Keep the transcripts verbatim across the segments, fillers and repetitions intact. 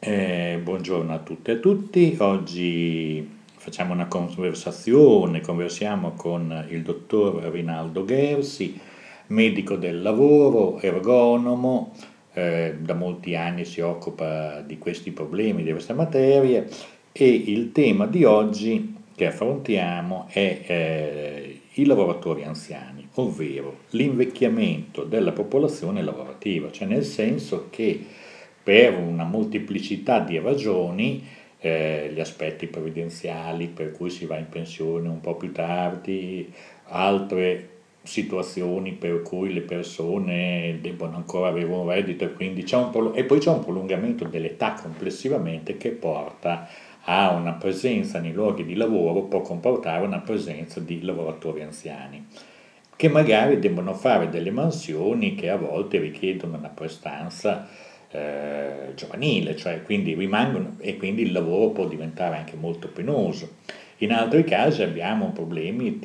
Eh, buongiorno a tutte e a tutti. Oggi facciamo una conversazione, conversiamo con il dottor Rinaldo Gersi, medico del lavoro, ergonomo, eh, da molti anni si occupa di questi problemi, di queste materie e il tema di oggi che affrontiamo è eh, i lavoratori anziani, ovvero l'invecchiamento della popolazione lavorativa, cioè nel senso che per una molteplicità di ragioni, eh, gli aspetti previdenziali per cui si va in pensione un po' più tardi, altre situazioni per cui le persone debbono ancora avere un reddito e, quindi c'è un prolo- e poi c'è un prolungamento dell'età complessivamente che porta a una presenza nei luoghi di lavoro, può comportare una presenza di lavoratori anziani che magari debbono fare delle mansioni che a volte richiedono una prestanza eh, giovanile, cioè quindi rimangono e quindi il lavoro può diventare anche molto penoso. In altri casi abbiamo problemi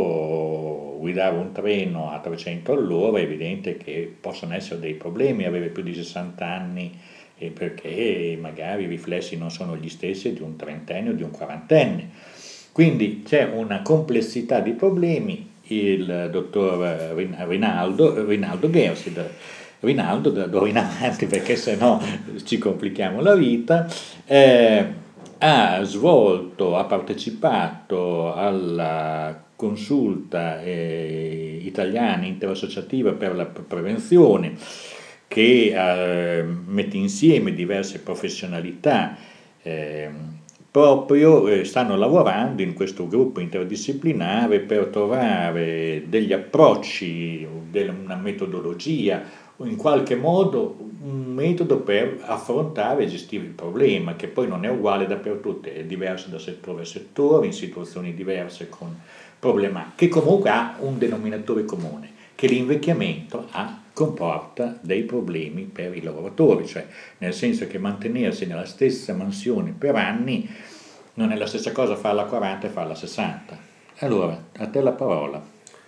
tipo guidare un treno a trecento all'ora, è evidente che possono essere dei problemi avere più di sessanta anni eh, perché magari i riflessi non sono gli stessi di un trentenne o di un quarantenne. Quindi c'è una complessità di problemi, il dottor Rinaldo, Rinaldo Gersi, Rinaldo, da d'ora in avanti perché se no ci complichiamo la vita, eh, ha svolto, ha partecipato alla consulta eh, italiana interassociativa per la prevenzione che eh, mette insieme diverse professionalità eh, proprio eh, stanno lavorando in questo gruppo interdisciplinare per trovare degli approcci, del- una metodologia, o in qualche modo un metodo per affrontare e gestire il problema, che poi non è uguale dappertutto, è diverso da settore a settore, in situazioni diverse, con problema, che comunque ha un denominatore comune, che l'invecchiamento ha, comporta dei problemi per i lavoratori, cioè nel senso che mantenersi nella stessa mansione per anni non è la stessa cosa farla a quaranta e farla a sessanta. Allora, a te la parola.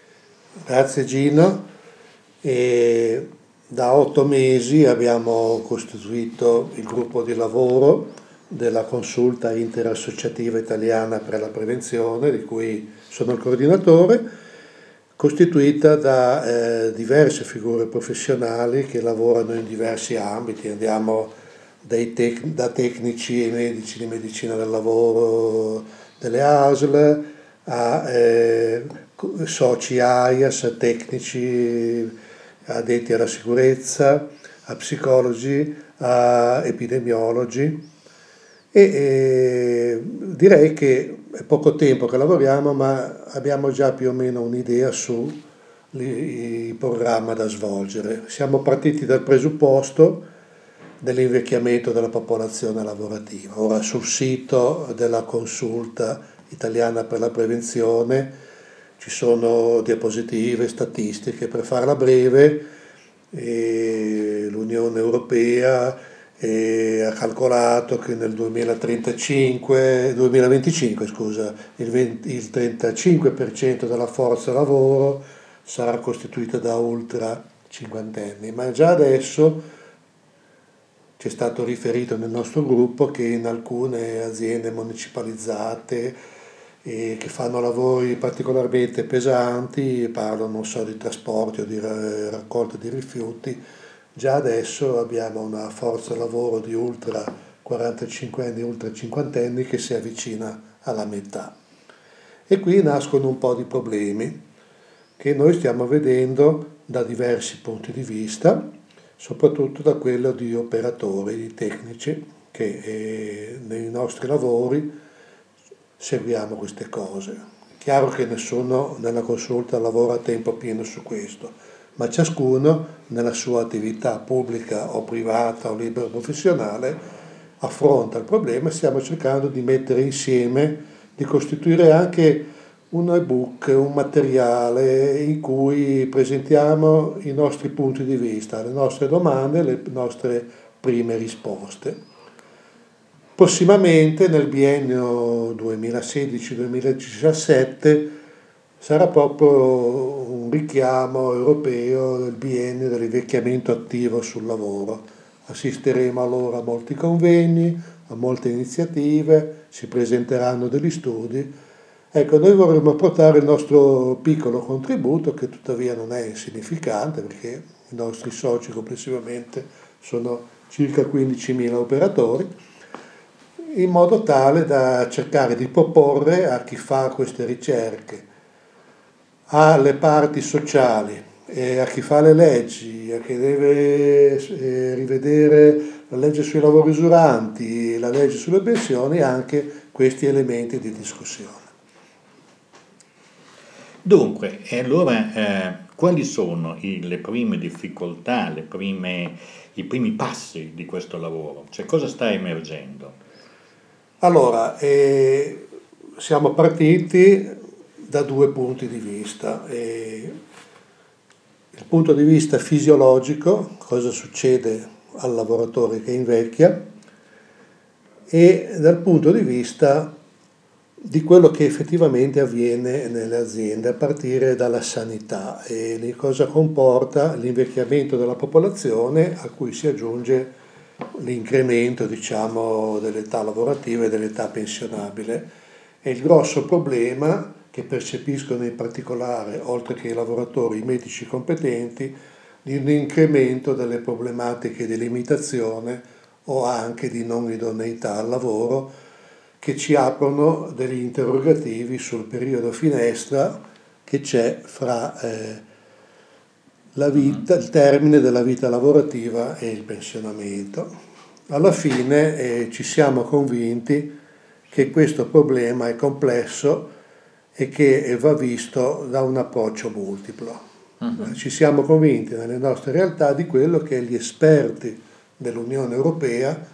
Grazie Gino. E da otto mesi abbiamo costituito il gruppo di lavoro della consulta interassociativa italiana per la prevenzione, di cui sono il coordinatore, costituita da eh, diverse figure professionali che lavorano in diversi ambiti. Andiamo dai tec- da tecnici e medici di medicina del lavoro delle A S L a eh, soci A I A S, a tecnici addetti alla sicurezza, a psicologi, a epidemiologi e eh, direi che è poco tempo che lavoriamo, ma abbiamo già più o meno un'idea su il programma da svolgere. Siamo partiti dal presupposto dell'invecchiamento della popolazione lavorativa. Ora sul sito della consulta italiana per la prevenzione ci sono diapositive, statistiche. Per farla breve, eh, l'Unione Europea eh, ha calcolato che nel duemilatrentacinque, duemilaventicinque scusa, il, venti, il trentacinque per cento della forza lavoro sarà costituita da ultra cinquantenni, ma già adesso ci è stato riferito nel nostro gruppo che in alcune aziende municipalizzate eh, che fanno lavori particolarmente pesanti, parlo non so di trasporti o di ra- raccolta di rifiuti, già adesso abbiamo una forza lavoro di ultra quarantacinque anni, ultra cinquantenni che si avvicina alla metà. E qui nascono un po' di problemi che noi stiamo vedendo da diversi punti di vista, soprattutto da quello di operatori, di tecnici, che eh, nei nostri lavori seguiamo queste cose. È chiaro che nessuno nella consulta lavora a tempo pieno su questo, ma ciascuno nella sua attività pubblica o privata o libero professionale affronta il problema e stiamo cercando di mettere insieme, di costituire anche un ebook, un materiale in cui presentiamo i nostri punti di vista, le nostre domande, le nostre prime risposte. Prossimamente, nel biennio duemilasedici-duemiladiciassette, sarà proprio un richiamo europeo del biennio dell'invecchiamento attivo sul lavoro. assisteremo allora a molti convegni, a molte iniziative, si presenteranno degli studi. Ecco, noi vorremmo portare il nostro piccolo contributo, che tuttavia non è insignificante, perché i nostri soci complessivamente sono circa quindicimila operatori, in modo tale da cercare di proporre a chi fa queste ricerche, alle parti sociali, e a chi fa le leggi, a chi deve eh, rivedere la legge sui lavori usuranti, la legge sulle pensioni, anche questi elementi di discussione. Dunque, e allora eh, quali sono i- le prime difficoltà, le prime, i primi passi di questo lavoro? Cioè cosa sta emergendo? Allora, eh, siamo partiti da due punti di vista. Eh, il punto di vista fisiologico, cosa succede al lavoratore che invecchia, e dal punto di vista di quello che effettivamente avviene nelle aziende, a partire dalla sanità e di cosa comporta l'invecchiamento della popolazione, a cui si aggiunge l'incremento, diciamo, dell'età lavorativa e dell'età pensionabile. E il grosso problema che percepiscono in particolare, oltre che i lavoratori, i medici competenti, di un incremento delle problematiche di limitazione o anche di non idoneità al lavoro, che ci aprono degli interrogativi sul periodo finestra che c'è fra eh, la vita, il termine della vita lavorativa e il pensionamento. Alla fine eh, ci siamo convinti che questo problema è complesso e che va visto da un approccio multiplo. Mhm. Ci siamo convinti nelle nostre realtà di quello che gli esperti dell'Unione Europea,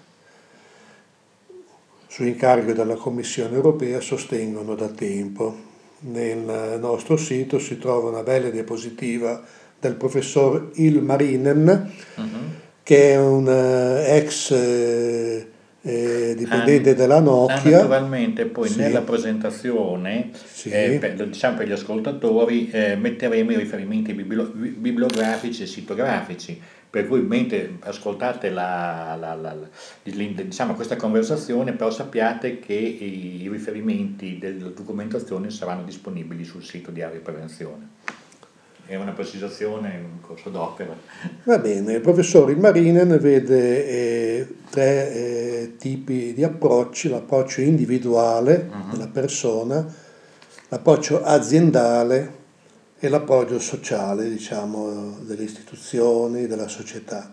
su incarico della Commissione Europea, sostengono da tempo. Nel nostro sito si trova una bella diapositiva del professor Ilmarinen, Mhm. che è un eh, ex eh, eh, Ah, dipendente della ah, Nokia. naturalmente poi nella Sì, presentazione, eh, sì. per, diciamo per gli ascoltatori, eh, metteremo i riferimenti bibli- bibliografici e sitografici, per cui mentre ascoltate la, la- la- la- il- diciamo, questa conversazione, però sappiate che i, i riferimenti della documentazione saranno disponibili sul sito di Area Prevenzione. È una precisazione, un corso d'opera. Va bene, il professor Ilmarinen vede eh, tre eh, tipi di approcci: l'approccio individuale della Mhm. persona, l'approccio aziendale e l'approccio sociale, diciamo, delle istituzioni, della società.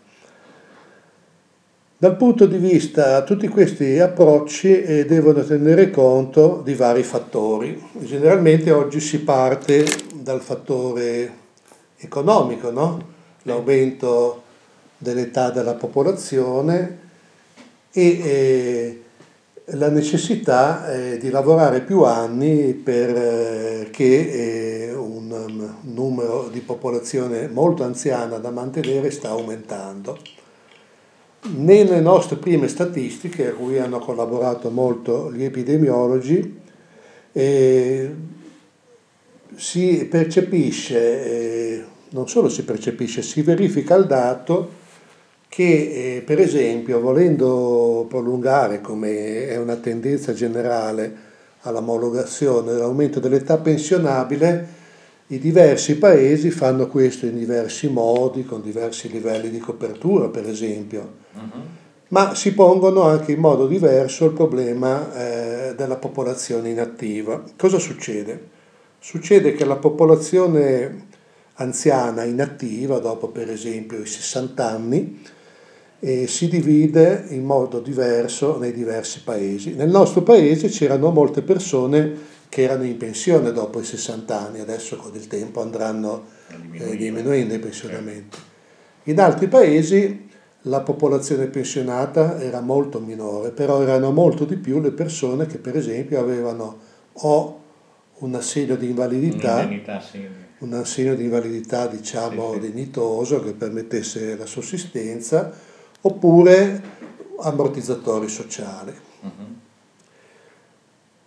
Dal punto di vista, tutti questi approcci eh, devono tenere conto di vari fattori. Generalmente oggi si parte dal fattore economico, no? Sì. L'aumento dell'età della popolazione e eh, la necessità eh, di lavorare più anni perché eh, un um, numero di popolazione molto anziana da mantenere sta aumentando. Nelle nostre prime statistiche, a cui hanno collaborato molto gli epidemiologi, eh, si percepisce, eh, non solo si percepisce, si verifica il dato che, eh, per esempio, volendo prolungare, come è una tendenza generale, all'omologazione dell'aumento dell'età pensionabile, i diversi paesi fanno questo in diversi modi, con diversi livelli di copertura, per esempio, Mhm. ma si pongono anche in modo diverso il problema eh, della popolazione inattiva. Cosa succede? Succede che la popolazione anziana inattiva, dopo per esempio i sessanta anni, eh, si divide in modo diverso nei diversi paesi. Nel nostro paese c'erano molte persone che erano in pensione dopo i sessanta anni, adesso con il tempo andranno eh, Diminuire. diminuendo i Certo. pensionamenti. In altri paesi la popolazione pensionata era molto minore, però erano molto di più le persone che per esempio avevano o un assegno di invalidità, Un'indennità, sì. un assegno di invalidità Sì, diciamo sì. dignitoso che permettesse la sussistenza, oppure ammortizzatori sociali. Mhm.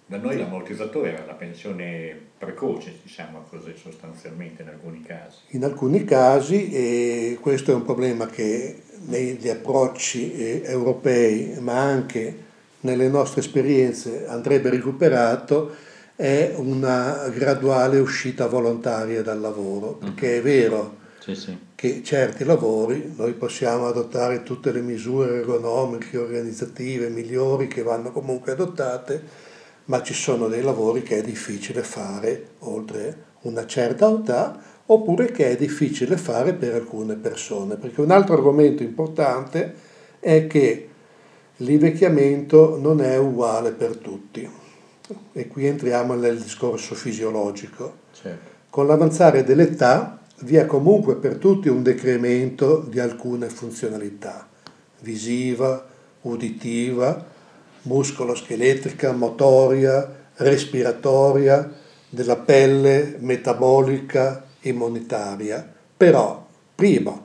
Da noi l'ammortizzatore era la pensione precoce, diciamo così, sostanzialmente in alcuni casi. In alcuni casi, e questo è un problema che negli approcci eh, europei, ma anche nelle nostre esperienze andrebbe recuperato, è una graduale uscita volontaria dal lavoro, perché è vero Sì, sì. che certi lavori noi possiamo adottare tutte le misure ergonomiche, organizzative migliori che vanno comunque adottate, ma ci sono dei lavori che è difficile fare oltre una certa età, oppure che è difficile fare per alcune persone, perché un altro argomento importante è che l'invecchiamento non è uguale per tutti, e qui entriamo nel discorso fisiologico. Certo. Con l'avanzare dell'età vi è comunque per tutti un decremento di alcune funzionalità, visiva, uditiva, muscoloscheletrica, motoria, respiratoria, della pelle, metabolica, immunitaria. Però, primo,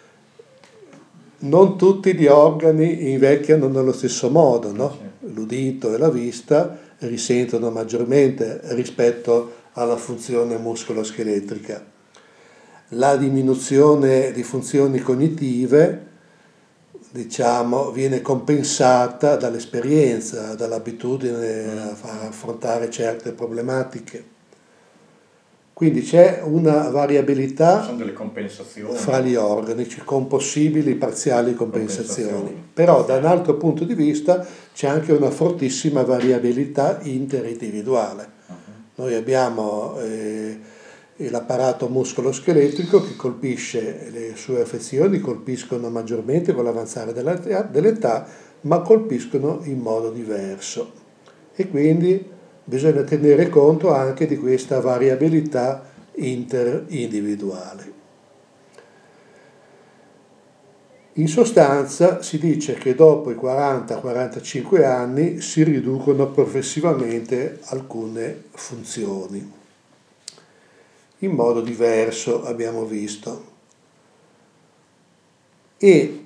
non tutti gli organi invecchiano nello stesso modo, no? L'udito e la vista risentono maggiormente rispetto alla funzione muscoloscheletrica. La diminuzione di funzioni cognitive, diciamo, viene compensata dall'esperienza, dall'abitudine a far affrontare certe problematiche. Quindi c'è una variabilità Sono delle compensazioni. fra gli organi, con possibili parziali compensazioni. Compensazioni. Però da un altro punto di vista c'è anche una fortissima variabilità interindividuale. Uh-huh. Noi abbiamo eh, l'apparato muscoloscheletrico che colpisce, le sue affezioni colpiscono maggiormente con l'avanzare dell'età, dell'età, ma colpiscono in modo diverso. E quindi bisogna tenere conto anche di questa variabilità interindividuale. In sostanza si dice che dopo i quaranta quarantacinque anni si riducono progressivamente alcune funzioni. In modo diverso abbiamo visto. E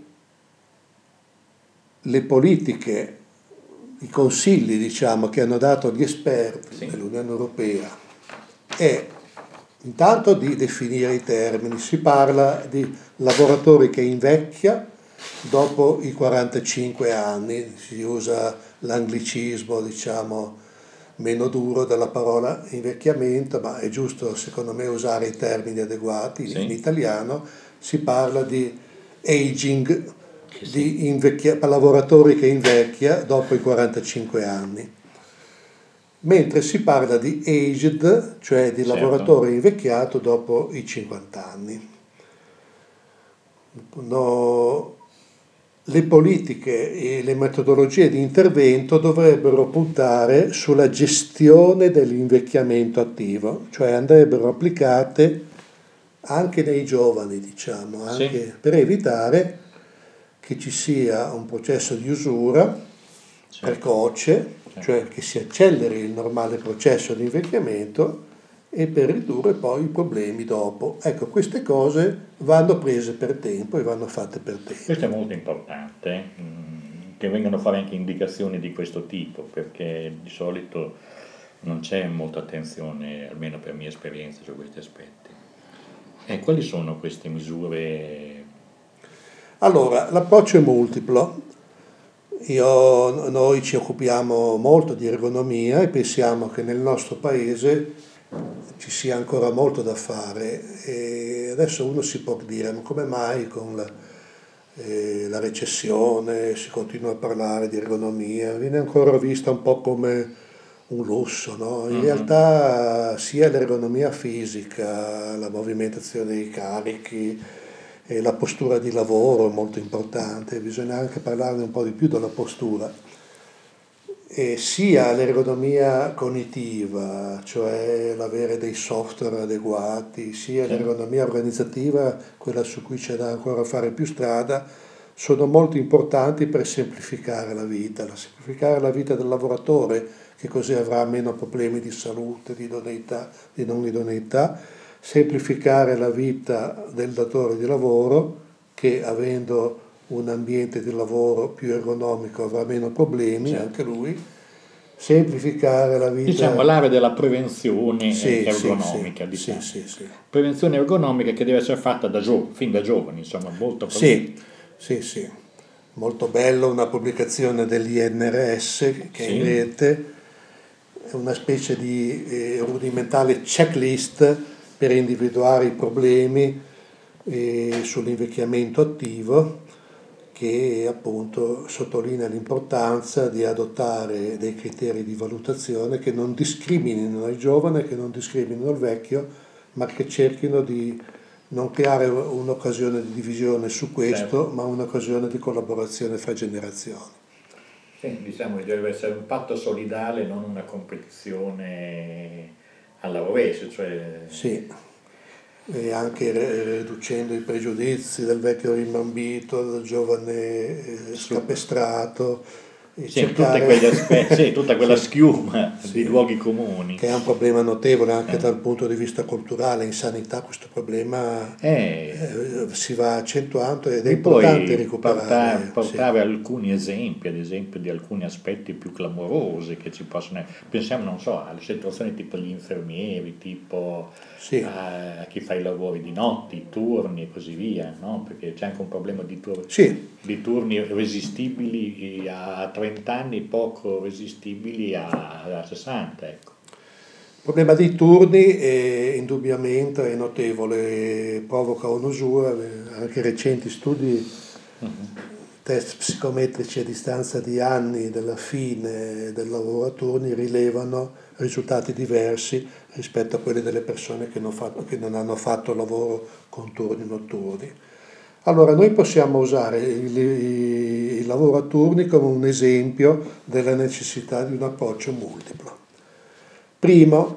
le politiche, i consigli, diciamo, che hanno dato gli esperti Sì. dell'Unione Europea è intanto di definire i termini. Si parla di lavoratori che invecchia dopo i quarantacinque anni, si usa l'anglicismo, diciamo, meno duro della parola invecchiamento, ma è giusto secondo me usare i termini adeguati. Sì. In italiano si parla di aging, Sì, sì. di invecchia, lavoratori che invecchia dopo i quarantacinque anni, mentre si parla di aged, cioè di Certo. lavoratore invecchiato dopo i cinquanta anni. No, le politiche e le metodologie di intervento dovrebbero puntare sulla gestione dell'invecchiamento attivo, cioè andrebbero applicate anche nei giovani, diciamo, anche Sì. per evitare che ci sia un processo di usura Certo. precoce, Certo. cioè che si acceleri il normale processo di invecchiamento e per ridurre poi i problemi dopo. Ecco, queste cose vanno prese per tempo e vanno fatte per tempo. Questo è molto importante, mh, che vengano fatte anche indicazioni di questo tipo, perché di solito non c'è molta attenzione, almeno per mia esperienza, su questi aspetti. E quali sono queste misure? Allora, l'approccio è multiplo. Io, noi ci occupiamo molto di ergonomia e pensiamo che nel nostro paese ci sia ancora molto da fare, e adesso uno si può dire: ma come mai con la, eh, la recessione si continua a parlare di ergonomia? Viene ancora vista un po' come un lusso, no? In Mhm. realtà sia l'ergonomia fisica, la movimentazione dei carichi e la postura di lavoro è molto importante, bisogna anche parlarne un po' di più della postura. E sia l'ergonomia cognitiva, cioè l'avere dei software adeguati, sia Sì. l'ergonomia organizzativa, quella su cui c'è da ancora fare più strada, sono molto importanti per semplificare la vita, la semplificare la vita del lavoratore, che così avrà meno problemi di salute, di idoneità, di non idoneità, semplificare la vita del datore di lavoro, che avendo un ambiente di lavoro più ergonomico avrà meno problemi, Certo. anche lui, semplificare la vita. Diciamo l'area della prevenzione Sì, ergonomica, sì, diciamo. sì, sì, sì. Prevenzione ergonomica che deve essere fatta da gio- fin da giovani, insomma, molto Sì, sì, sì. Molto bello una pubblicazione dell'I N R S che è in Sì, rete, è una specie di eh, rudimentale checklist per individuare i problemi eh, sull'invecchiamento attivo, che appunto sottolinea l'importanza di adottare dei criteri di valutazione che non discriminino il giovane, che non discriminino il vecchio, ma che cerchino di non creare un'occasione di divisione su questo, certo. ma un'occasione di collaborazione fra generazioni. Sì, diciamo che deve essere un patto solidale, non una competizione alla rovescio, cioè Sì, e anche re- riducendo i pregiudizi del vecchio rimbambito, del giovane eh, su, scapestrato, e sì, tutti cercare, quegli aspetti, sì, tutta quella sì, schiuma di sì, luoghi comuni. che è un problema notevole anche Eh. dal punto di vista culturale. In sanità questo problema Eh, eh, si va accentuando ed è Mi importante puoi portare, recuperare, sì. portare alcuni esempi, ad esempio, di alcuni aspetti più clamorosi che ci possono essere? Pensiamo, non so, alle situazioni tipo gli infermieri, tipo Sì, eh, a chi fa i lavori di notte, i turni e così via, no? Perché c'è anche un problema di, tur- sì. di turni resistibili a trenta anni, poco resistibili a, a sessanta, ecco. Il problema dei turni è indubbiamente è notevole, provoca un'usura, eh, anche recenti studi, test psicometrici a distanza di anni dalla fine del lavoro a turni rilevano risultati diversi rispetto a quelli delle persone che non, fatto, che non hanno fatto lavoro con turni notturni. Allora, noi possiamo usare il, il lavoro a turni come un esempio della necessità di un approccio multiplo. Primo,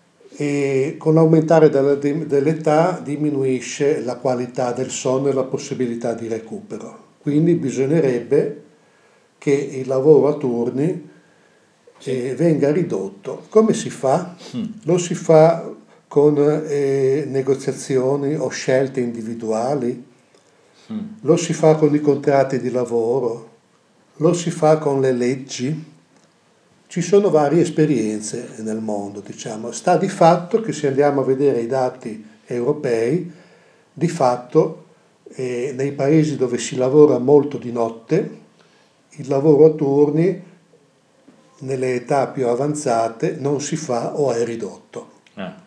e con l'aumentare della- dell'età diminuisce la qualità del sonno e la possibilità di recupero. Quindi bisognerebbe che il lavoro a turni Sì. eh, venga ridotto. Come si fa? Mm. Lo si fa con eh, negoziazioni o scelte individuali, Mm. lo si fa con i contratti di lavoro, lo si fa con le leggi. Ci sono varie esperienze nel mondo, diciamo. Sta di fatto che se andiamo a vedere i dati europei, di fatto eh, nei paesi dove si lavora molto di notte, il lavoro a turni nelle età più avanzate non si fa o è ridotto. Ah.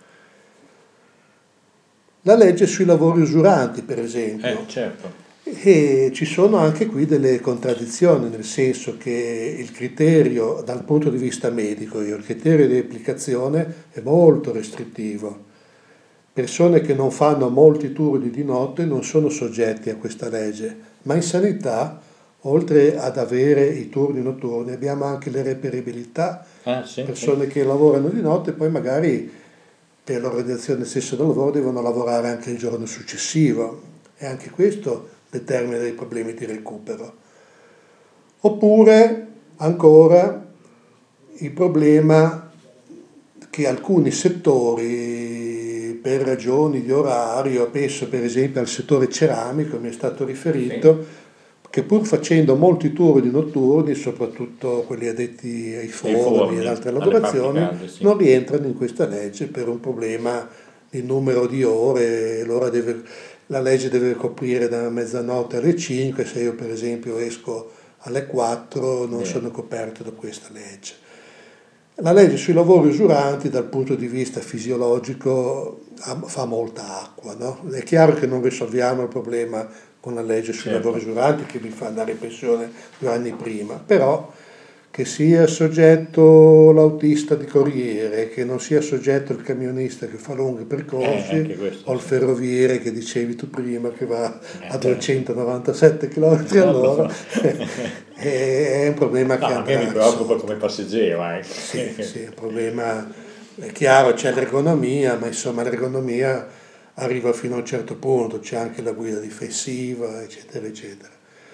La legge sui lavori usuranti, per Eh, esempio, certo. e ci sono anche qui delle contraddizioni, nel senso che il criterio, dal punto di vista medico, il criterio di applicazione è molto restrittivo. Persone che non fanno molti turni di notte non sono soggetti a questa legge, ma in sanità, oltre ad avere i turni notturni, abbiamo anche le reperibilità, Ah, sì, sì. persone che lavorano di notte e poi magari per l'organizzazione stessa del lavoro devono lavorare anche il giorno successivo e anche questo determina dei problemi di recupero. Oppure ancora il problema che alcuni settori, per ragioni di orario, penso per esempio al settore ceramico, mi è stato Sì. riferito, che pur facendo molti turni notturni, soprattutto quelli addetti ai Ai forni ed forni, altre alle parti lavorazioni, calde, sì. non rientrano in questa legge per un problema di numero di ore. L'ora deve, la legge deve coprire da mezzanotte alle cinque, se io per esempio esco alle quattro non Vero. sono coperto da questa legge. La legge sui lavori usuranti dal punto di vista fisiologico fa molta acqua, no? È chiaro che non risolviamo il problema con la legge sui lavori Certo. usuranti che mi fa andare in pensione due anni prima, però che sia soggetto l'autista di corriere, che non sia soggetto il camionista che fa lunghi Eh, percorsi anche questo o il sì. ferroviere che dicevi tu prima che va Eh, a certo. duecentonovantasette chilometri all'ora, Allora. è un problema No, che a me mi andrà preoccupa come risolto. passeggero, ecco. Sì, sì, il problema è chiaro, c'è l'ergonomia, ma insomma l'ergonomia arriva fino a un certo punto, c'è anche la guida difensiva, eccetera, eccetera.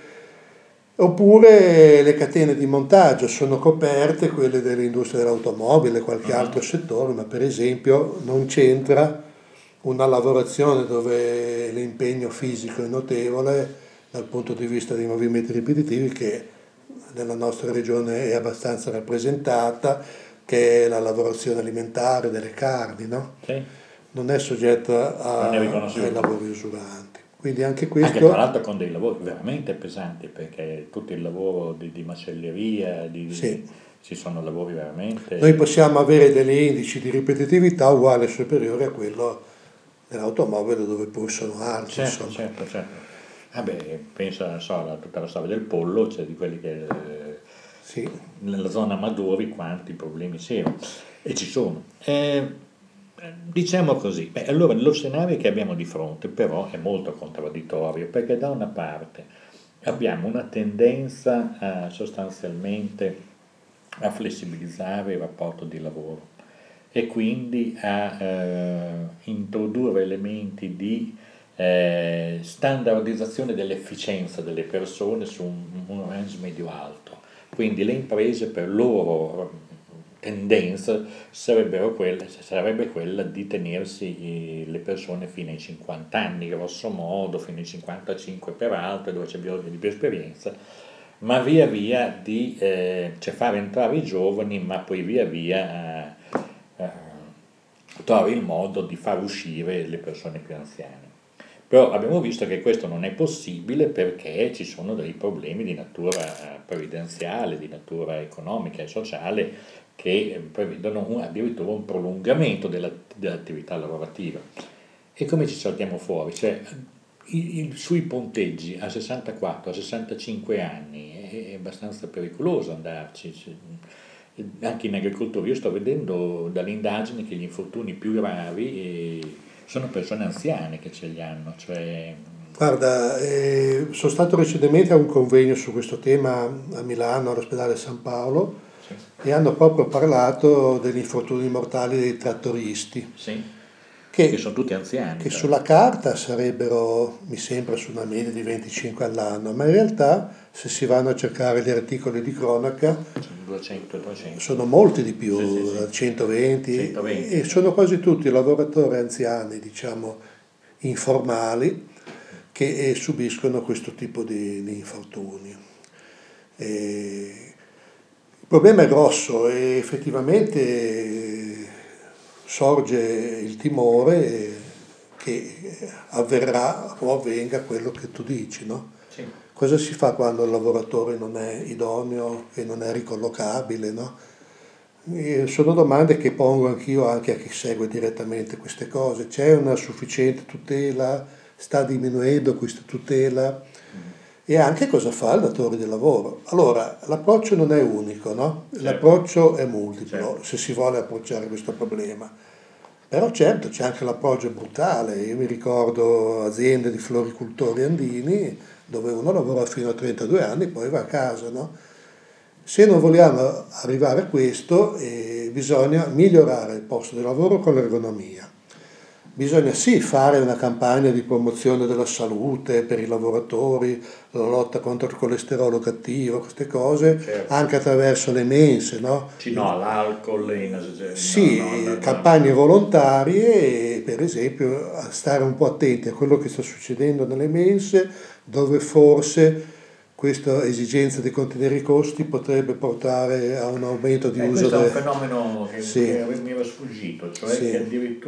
Oppure le catene di montaggio sono coperte, quelle dell'industria dell'automobile, qualche altro Ah, settore, ma per esempio non c'entra una lavorazione dove l'impegno fisico è notevole dal punto di vista dei movimenti ripetitivi che nella nostra regione è abbastanza rappresentata, che è la lavorazione alimentare delle carni, no? Sì. Non è soggetta Non è a- ai riconosciuto. lavori usuranti. Quindi anche Anche tra questo, l'altro con dei lavori veramente pesanti, perché tutto il lavoro di, di macelleria, di, sì, di- ci sono lavori noi veramente... possiamo avere degli indici di ripetitività uguali o superiori a quello dell'automobile, dove poi sono alti, Certo, insomma. certo, certo. Ah beh, penso, non so, a tutta la storia del pollo, cioè di quelli che eh, Sì, nella zona Maduri quanti problemi c'erano, e ci sono. Eh, diciamo così, beh, allora lo scenario che abbiamo di fronte però è molto contraddittorio, perché da una parte abbiamo una tendenza a, sostanzialmente a flessibilizzare il rapporto di lavoro e quindi a eh, introdurre elementi di eh, standardizzazione dell'efficienza delle persone su un, un range medio-alto. Quindi le imprese per loro tendenza sarebbero quelle, sarebbe quella di tenersi le persone fino ai cinquanta anni, grosso modo, fino ai cinquantacinque per altro, dove c'è bisogno di più esperienza, ma via via di eh, cioè fare entrare i giovani, ma poi via via eh, eh, trovare il modo di far uscire le persone più anziane. Però abbiamo visto che questo non è possibile perché ci sono dei problemi di natura previdenziale, di natura economica e sociale che prevedono un, addirittura un prolungamento della, dell'attività lavorativa. E come ci saltiamo fuori? Cioè, il, il, sui ponteggi a sessantaquattro, a sessantacinque anni è, è abbastanza pericoloso andarci. Cioè, anche in agricoltura io sto vedendo dalle indagini che gli infortuni più gravi eh, sono persone anziane che ce li hanno, cioè... guarda, eh, sono stato recentemente a un convegno su questo tema a Milano, all'ospedale San Paolo, Sì, e hanno proprio parlato degli infortuni mortali dei trattoristi, sì, che che, sono tutti anziani, che tra sulla l'altro. carta sarebbero, mi sembra, su una media di venticinque all'anno, ma in realtà, se si vanno a cercare gli articoli di cronaca, Sono duecento e trecento. sono molti di Sì, sì, più, sì. centoventi, centoventi, e sì. sono quasi tutti lavoratori anziani, diciamo, informali, che eh, subiscono questo tipo di, di infortuni. E il problema è grosso e effettivamente eh, sorge il timore che avverrà o avvenga quello che tu dici, no? Sì. Cosa si fa quando il lavoratore non è idoneo e non è ricollocabile, no? E sono domande che pongo anch'io anche a chi segue direttamente queste cose. C'è una sufficiente tutela? Sta diminuendo questa tutela? E anche cosa fa il datore di lavoro? Allora, l'approccio non è unico, no? Certo, L'approccio è multiplo, certo. se si vuole approcciare questo problema. Però certo c'è anche l'approccio brutale. Io mi ricordo aziende di floricoltori andini dove uno lavora fino a trentadue anni e poi va a casa, no? Se non vogliamo arrivare a questo, eh, bisogna migliorare il posto di lavoro con l'ergonomia. Bisogna sì fare una campagna di promozione della salute per i lavoratori, la lotta contro il colesterolo cattivo, queste cose, Certo. anche attraverso le mense, no? Sì, no, all'alcol, in, no, no, Sì, alla- campagne no. volontarie, per esempio a stare un po' attenti a quello che sta succedendo nelle mense, dove forse questa esigenza di contenere i costi potrebbe portare a un aumento di Eh, uso questo è un del... fenomeno che, Sì, che mi era sfuggito, cioè che sì.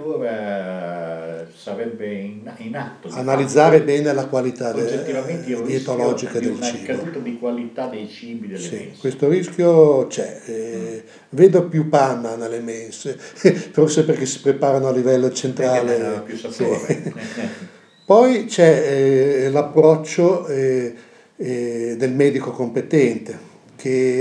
addirittura sarebbe in, in atto di Analizzare fatto bene la qualità oggettivamente il de- rischio dietologica di del una cibo. caduta di qualità dei cibi delle Sì, mense. questo rischio c'è. Mm. Eh, vedo più panna nelle mense, forse perché si preparano a livello Perché hanno centrale. più Sì. sapore. Poi c'è eh, l'approccio eh, eh, del medico competente, che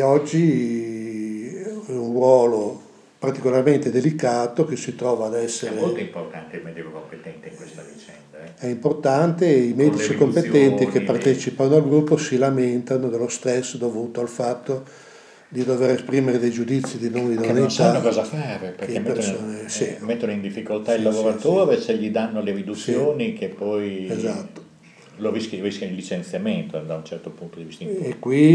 oggi è un ruolo particolarmente delicato, che si trova ad È molto essere importante il medico competente in questa vicenda, eh. è importante. I Con le medici competenti che riduzioni, le... partecipano al gruppo si lamentano dello stress dovuto al fatto di dover esprimere dei giudizi di non che non sanno idoneità cosa fare che perché mettono, persone... Sì, eh, mettono in difficoltà il sì, sì, sì, lavoratore se gli danno le sì, riduzioni che poi esatto. lo rischi, rischia il licenziamento da un certo punto di vista in poi. E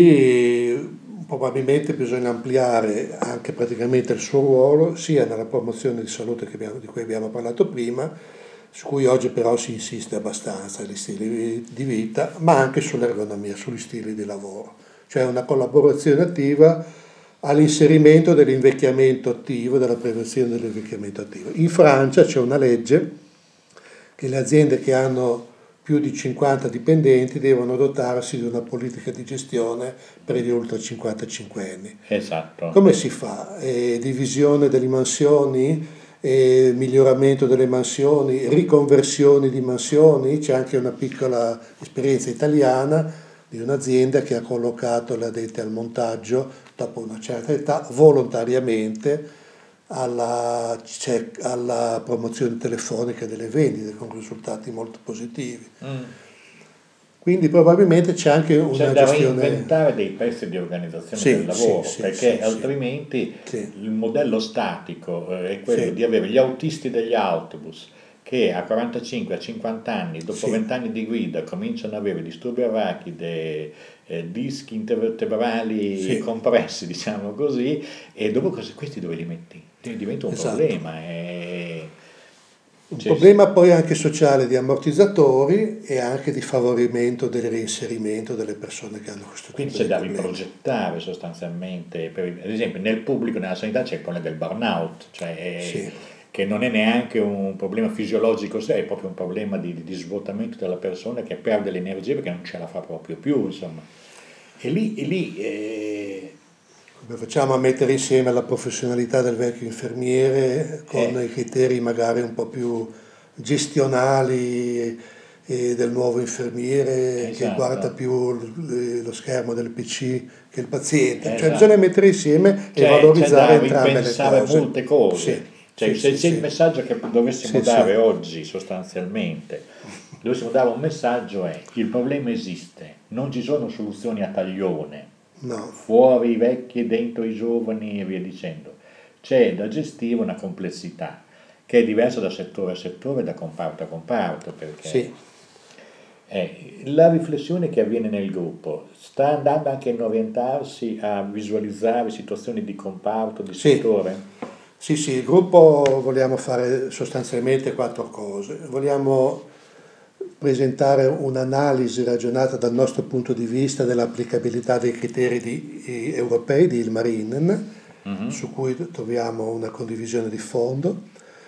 qui probabilmente bisogna ampliare anche praticamente il suo ruolo, sia nella promozione di salute che abbiamo- di cui abbiamo parlato prima, su cui oggi però si insiste abbastanza, gli stili di vita, ma anche sull'ergonomia, sugli stili di lavoro. cioè una collaborazione attiva all'inserimento dell'invecchiamento attivo, della prevenzione dell'invecchiamento attivo. In Francia c'è una legge che le aziende che hanno più di cinquanta dipendenti devono dotarsi di una politica di gestione per gli oltre cinquantacinque anni. Esatto. Come si fa? Eh, divisione delle mansioni, eh, miglioramento delle mansioni, riconversioni di mansioni. C'è anche una piccola esperienza italiana di un'azienda che ha collocato le addette al montaggio dopo una certa età volontariamente alla, check, alla promozione telefonica delle vendite con risultati molto positivi. Mm. Quindi probabilmente c'è anche una c'è da gestione... reinventare dei pezzi di organizzazione sì, del lavoro, sì, perché sì, altrimenti sì. il modello statico è quello sì. di avere gli autisti degli autobus che a quarantacinque a cinquanta anni, dopo venti sì. anni di guida, cominciano ad avere disturbi arachide, eh, dischi intervertebrali sì. compressi, diciamo così, e dopo questi dove li metti? Diventa un esatto. problema. E... Un cioè, problema poi anche sociale di ammortizzatori e anche di favorimento del reinserimento delle persone che hanno questo Quindi tipo c'è di da riprogettare sostanzialmente, per, ad esempio nel pubblico, nella sanità c'è il problema del burnout, cioè sì. che non è neanche un problema fisiologico, è proprio un problema di, di svuotamento della persona che perde l'energia perché non ce la fa proprio più, insomma. E lì... E lì eh... Come facciamo a mettere insieme la professionalità del vecchio infermiere con eh. i criteri magari un po' più gestionali e del nuovo infermiere esatto. che guarda più lo schermo del P C che il paziente, esatto. cioè bisogna mettere insieme cioè, e valorizzare c'è entrambe le cose. molte cose. Sì, cioè, sì, se sì, c'è sì. il messaggio che dovessimo sì, dare sì. oggi sostanzialmente, dovessimo dare un messaggio è: il problema esiste, non ci sono soluzioni a taglione, no. fuori i vecchi e dentro i giovani e via dicendo. C'è da gestire una complessità che è diversa da settore a settore, da comparto a comparto, perché sì. eh, la riflessione che avviene nel gruppo sta andando anche a orientarsi a visualizzare situazioni di comparto, di sì. settore? Sì, sì, il gruppo vogliamo fare sostanzialmente quattro cose. Vogliamo presentare un'analisi ragionata dal nostro punto di vista dell'applicabilità dei criteri di, eh, europei di Ilmarinen, mm-hmm. su cui troviamo una condivisione di fondo,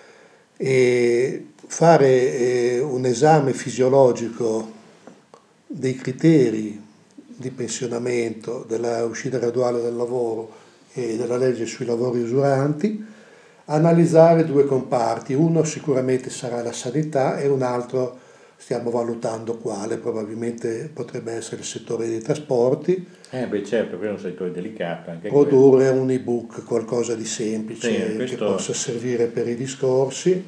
e fare eh, un esame fisiologico dei criteri di pensionamento, della uscita graduale dal lavoro e della legge sui lavori usuranti, analizzare due comparti, uno sicuramente sarà la sanità e un altro stiamo valutando quale, probabilmente potrebbe essere il settore dei trasporti. Eh beh certo, quello è un settore delicato. Anche produrre quello. Un ebook, qualcosa di semplice sì, questo... che possa servire per i discorsi,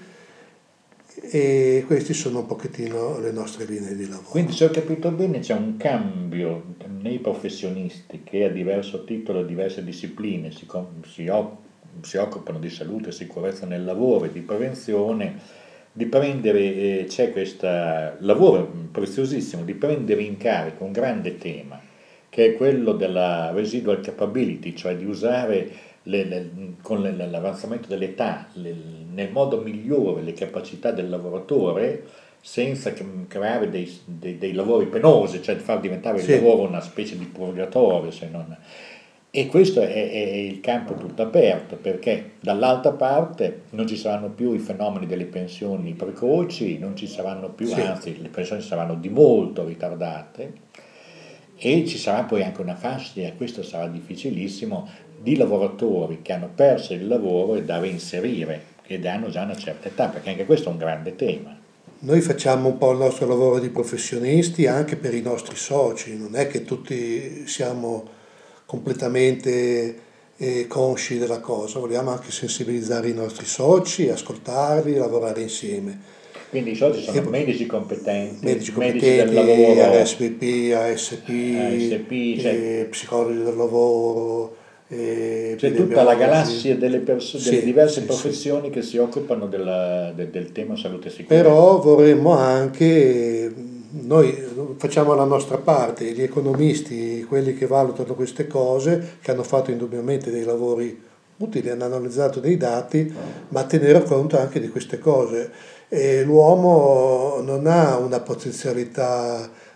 e queste sono un pochettino le nostre linee di lavoro. Quindi se ho capito bene c'è un cambio nei professionisti che a diverso titolo, a diverse discipline si, si, si occupano di salute e sicurezza nel lavoro e di prevenzione, di prendere, eh, c'è questo lavoro preziosissimo, di prendere in carico un grande tema che è quello della residual capability, cioè di usare le, le, con le, l'avanzamento dell'età le, nel modo migliore le capacità del lavoratore senza creare dei, dei, dei lavori penosi, cioè far diventare sì. il lavoro una specie di purgatorio, se non... E questo è, è il campo tutto aperto, perché dall'altra parte non ci saranno più i fenomeni delle pensioni precoci, non ci saranno più, sì. anzi le pensioni saranno di molto ritardate, e ci sarà poi anche una fascia, e questo sarà difficilissimo, di lavoratori che hanno perso il lavoro e da reinserire, ed hanno già una certa età, perché anche questo è un grande tema. Noi facciamo un po' il nostro lavoro di professionisti anche per i nostri soci, non è che tutti siamo completamente eh, consci della cosa, vogliamo anche sensibilizzare i nostri soci, ascoltarli, lavorare insieme. Quindi i soci sono e, medici competenti, medici, medici competenti, del lavoro, R S V P, A S P, A S P cioè, eh, psicologi del lavoro, eh, c'è tutta la galassia delle, perso- sì, delle diverse sì, professioni sì. che si occupano della, de, del tema salute e sicurezza. Però vorremmo anche, noi facciamo la nostra parte, gli economisti, quelli che valutano queste cose, che hanno fatto indubbiamente dei lavori utili, hanno analizzato dei dati, ma tenere conto anche di queste cose. E l'uomo non ha una potenzialità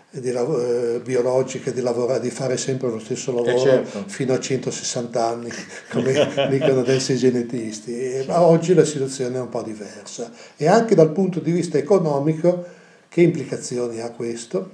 di, eh, biologiche di, lavorare, di fare sempre lo stesso lavoro eh certo. fino a centosessanta anni, come dicono adesso i genetisti. E, sì. Ma oggi la situazione è un po' diversa. E anche dal punto di vista economico, che implicazioni ha questo?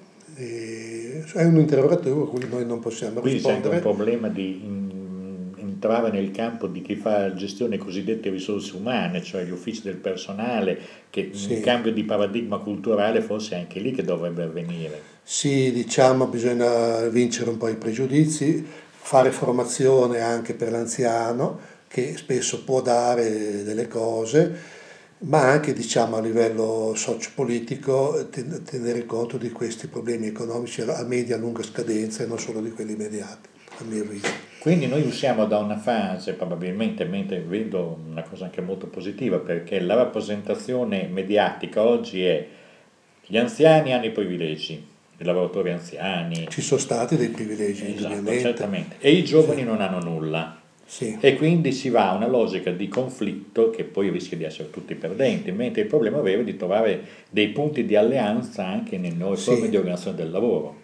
E è un interrogativo a cui noi non possiamo Quindi rispondere. Quindi c'è anche un problema di in, entrare nel campo di chi fa gestione cosiddette risorse umane, cioè gli uffici del personale, che sì. Un cambio di paradigma culturale forse è anche lì che dovrebbe avvenire. Sì, diciamo, bisogna vincere un po' i pregiudizi, fare formazione anche per l'anziano, che spesso può dare delle cose, ma anche, diciamo, a livello sociopolitico tenere conto di questi problemi economici a media e lunga scadenza e non solo di quelli immediati, a mio avviso. Quindi noi usciamo da una fase, probabilmente, mentre vedo una cosa anche molto positiva, perché la rappresentazione mediatica oggi è gli anziani hanno i privilegi, i lavoratori anziani. Ci sono stati dei privilegi, esatto, indubbiamente. Certamente. E i giovani sì. non hanno nulla. Sì. E quindi si va a una logica di conflitto che poi rischia di essere tutti perdenti, mentre il problema vero è di trovare dei punti di alleanza anche nelle nuove sì. forme di organizzazione del lavoro.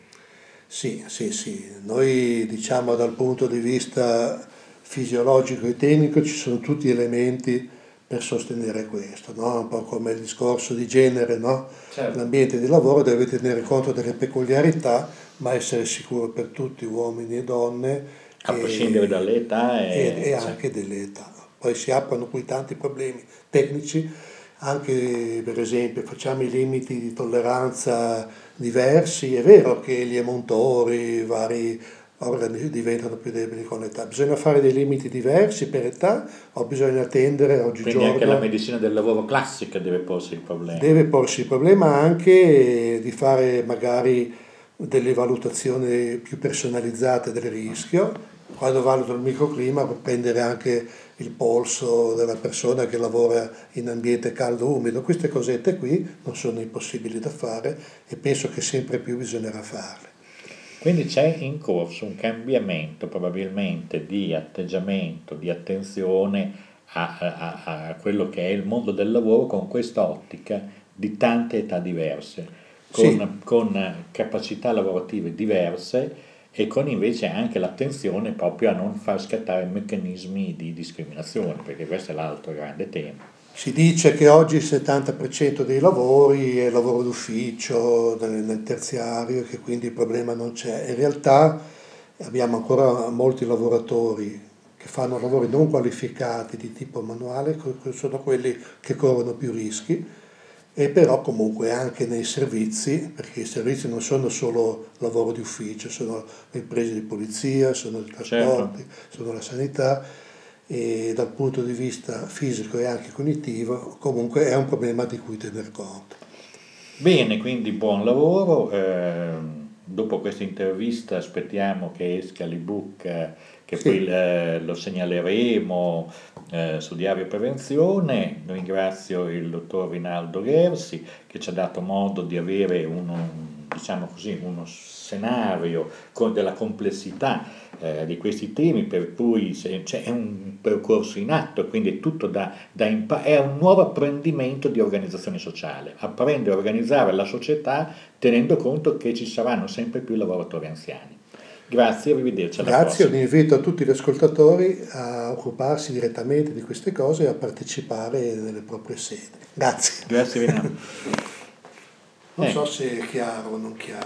Sì, sì, sì. Noi diciamo dal punto di vista fisiologico e tecnico ci sono tutti gli elementi per sostenere questo, no? Un po' come il discorso di genere, no? Certo. L'ambiente di lavoro deve tenere conto delle peculiarità, ma essere sicuro per tutti, uomini e donne, a prescindere e, dall'età e, e, e anche delle età. Poi si aprono qui tanti problemi tecnici, anche per esempio facciamo i limiti di tolleranza diversi, è vero che gli emontori, i vari organi diventano più deboli con l'età, bisogna fare dei limiti diversi per età o bisogna attendere oggigiorno? Quindi anche la medicina del lavoro classica deve porsi il problema. Deve porsi il problema anche di fare magari delle valutazioni più personalizzate del rischio. Quando valuto il microclima, prendere anche il polso della persona che lavora in ambiente caldo umido. Queste cosette qui non sono impossibili da fare e penso che sempre più bisognerà farle. Quindi c'è in corso un cambiamento probabilmente di atteggiamento, di attenzione a, a, a quello che è il mondo del lavoro con questa ottica di tante età diverse, con, sì. con capacità lavorative diverse e con invece anche l'attenzione proprio a non far scattare meccanismi di discriminazione, perché questo è l'altro grande tema. Si dice che oggi il settanta per cento dei lavori è lavoro d'ufficio, nel terziario, che quindi il problema non c'è. In realtà abbiamo ancora molti lavoratori che fanno lavori non qualificati di tipo manuale, sono quelli che corrono più rischi, e però comunque anche nei servizi, perché i servizi non sono solo lavoro di ufficio, sono le imprese di polizia, sono i trasporti, certo. Sono la sanità, e dal punto di vista fisico e anche cognitivo comunque è un problema di cui tener conto. Bene, quindi buon lavoro. Eh, dopo questa intervista aspettiamo che esca l'ebook, eh, che sì. Poi eh, lo segnaleremo eh, su Diario Prevenzione. Ringrazio il dottor Rinaldo Gersi che ci ha dato modo di avere uno, diciamo così, uno scenario con della complessità eh, di questi temi, per cui se, cioè, è un percorso in atto, quindi è tutto da, da impa- è un nuovo apprendimento di organizzazione sociale, apprendere a organizzare la società tenendo conto che ci saranno sempre più lavoratori anziani. Grazie, arrivederci alla Grazie, prossima. un invito a tutti gli ascoltatori a occuparsi direttamente di queste cose e a partecipare nelle proprie sedi. Grazie. Grazie, Rinaldo. Non eh. so se è chiaro o non chiaro.